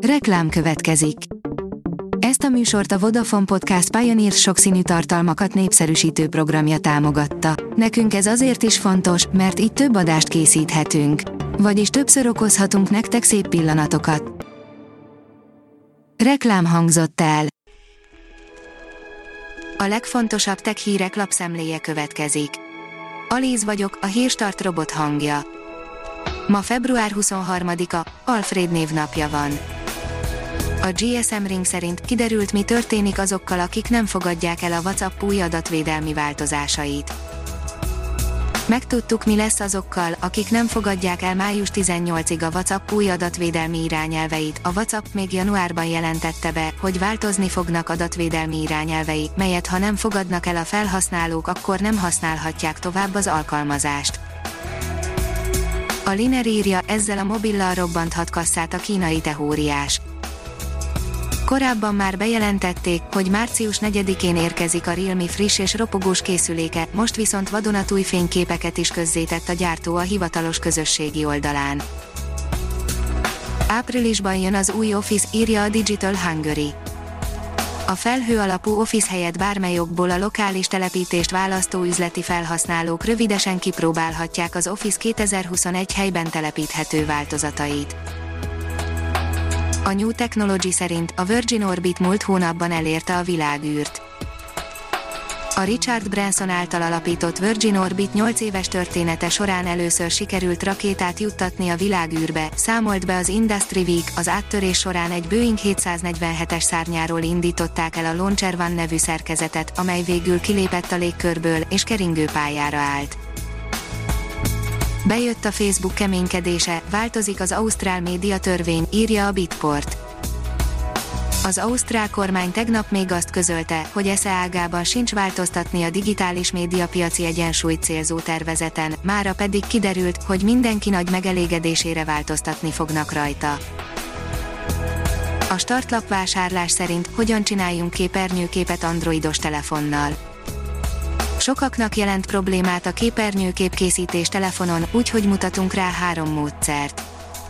Reklám következik. Ezt a műsort a Vodafone Podcast Pioneer sokszínű tartalmakat népszerűsítő programja támogatta. Nekünk ez azért is fontos, mert így több adást készíthetünk. Vagyis többször okozhatunk nektek szép pillanatokat. Reklám hangzott el. A legfontosabb tech hírek lapszemléje következik. Alíz vagyok, a Hírstart robot hangja. Ma február 23-a, Alfred névnapja van. A GSM Ring szerint kiderült, mi történik azokkal, akik nem fogadják el a WhatsApp új adatvédelmi változásait. Megtudtuk, mi lesz azokkal, akik nem fogadják el május 18-ig a WhatsApp új adatvédelmi irányelveit. A WhatsApp még januárban jelentette be, hogy változni fognak adatvédelmi irányelvei, melyet ha nem fogadnak el a felhasználók, akkor nem használhatják tovább az alkalmazást. A Liner írja, ezzel a mobillal robbanthat kasszát a kínai tehóriás. Korábban már bejelentették, hogy március 4-én érkezik a Realme friss és ropogós készüléke, most viszont vadonatúj fényképeket is közzétett a gyártó a hivatalos közösségi oldalán. Áprilisban jön az új Office, írja a Digital Hungary. A felhő alapú Office helyett bármely okból a lokális telepítést választó üzleti felhasználók rövidesen kipróbálhatják az Office 2021 helyben telepíthető változatait. A New Technology szerint a Virgin Orbit múlt hónapban elérte a világűrt. A Richard Branson által alapított Virgin Orbit 8 éves története során először sikerült rakétát juttatni a világűrbe, számolt be az Industry Week. Az áttörés során egy Boeing 747-es szárnyáról indították el a Launcher One nevű szerkezetet, amely végül kilépett a légkörből és keringőpályára állt. Bejött a Facebook keménykedése, változik az ausztrál média törvény, írja a Bitport. Az ausztrál kormány tegnap még azt közölte, hogy esze ágában sincs változtatni a digitális médiapiaci egyensúlyt célzó tervezeten, mára pedig kiderült, hogy mindenki nagy megelégedésére változtatni fognak rajta. A startlap vásárlás szerint hogyan csináljunk képernyőképet androidos telefonnal. Sokaknak jelent problémát a képernyőképkészítés telefonon, úgyhogy mutatunk rá 3 módszert.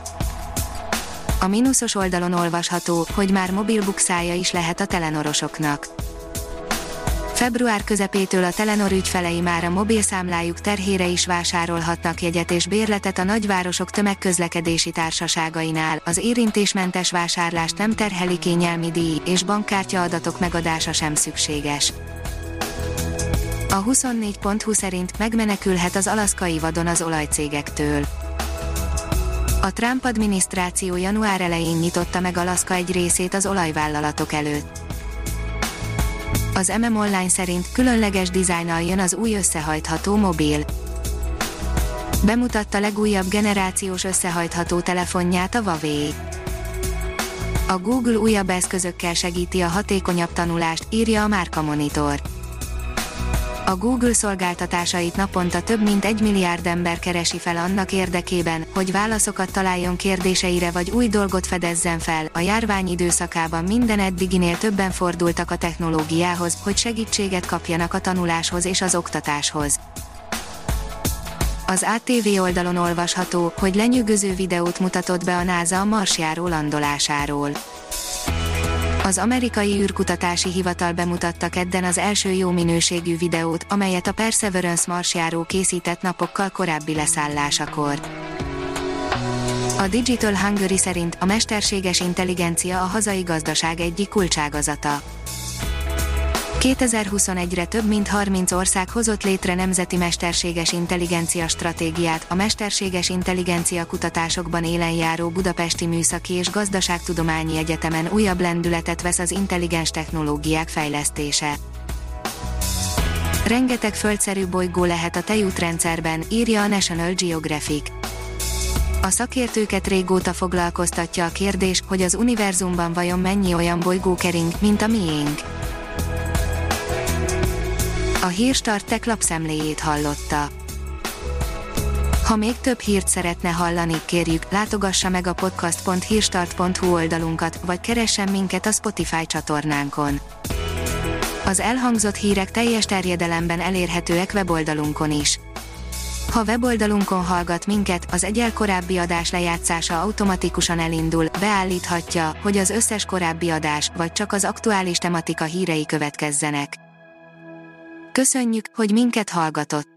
A mínuszos oldalon olvasható, hogy már mobil bukszája is lehet a Telenorosoknak. Február közepétől a Telenor ügyfelei már a mobilszámlájuk terhére is vásárolhatnak jegyet és bérletet a nagyvárosok tömegközlekedési társaságainál, az érintésmentes vásárlást nem terheli kényelmi díj, és bankkártya adatok megadása sem szükséges. A 24.hu szerint megmenekülhet az alaszkai vadon az olajcégektől. A Trump adminisztráció január elején nyitotta meg Alaszka egy részét az olajvállalatok előtt. Az Online szerint különleges dizájnnal jön az új összehajtható mobil. Bemutatta legújabb generációs összehajtható telefonját a Huawei. A Google újabb eszközökkel segíti a hatékonyabb tanulást, írja a Márka Monitor. A Google szolgáltatásait naponta több mint 1 milliárd ember keresi fel annak érdekében, hogy válaszokat találjon kérdéseire vagy új dolgot fedezzen fel. A járvány időszakában minden eddiginél többen fordultak a technológiához, hogy segítséget kapjanak a tanuláshoz és az oktatáshoz. Az ATV oldalon olvasható, hogy lenyűgöző videót mutatott be a NASA a marsjáró landolásáról. Az amerikai űrkutatási hivatal bemutatta kedden az első jó minőségű videót, amelyet a Perseverance marsjáró készített napokkal korábbi leszállásakor. A Digital Hungary szerint a mesterséges intelligencia a hazai gazdaság egyik kulcságazata. 2021-re több mint 30 ország hozott létre nemzeti mesterséges intelligencia stratégiát. A mesterséges intelligencia kutatásokban élen járó Budapesti Műszaki és Gazdaságtudományi Egyetemen újabb lendületet vesz az intelligens technológiák fejlesztése. Rengeteg földszerű bolygó lehet a tejútrendszerben, írja a National Geographic. A szakértőket régóta foglalkoztatja a kérdés, hogy az univerzumban vajon mennyi olyan bolygó kering, mint a miénk. A Hírstart Tech lapszemléjét hallotta. Ha még több hírt szeretne hallani, kérjük, látogassa meg a podcast.hírstart.hu oldalunkat, vagy keressen minket a Spotify csatornánkon. Az elhangzott hírek teljes terjedelemben elérhetőek weboldalunkon is. Ha weboldalunkon hallgat minket, az egyel korábbi adás lejátszása automatikusan elindul, beállíthatja, hogy az összes korábbi adás, vagy csak az aktuális tematika hírei következzenek. Köszönjük, hogy minket hallgatott!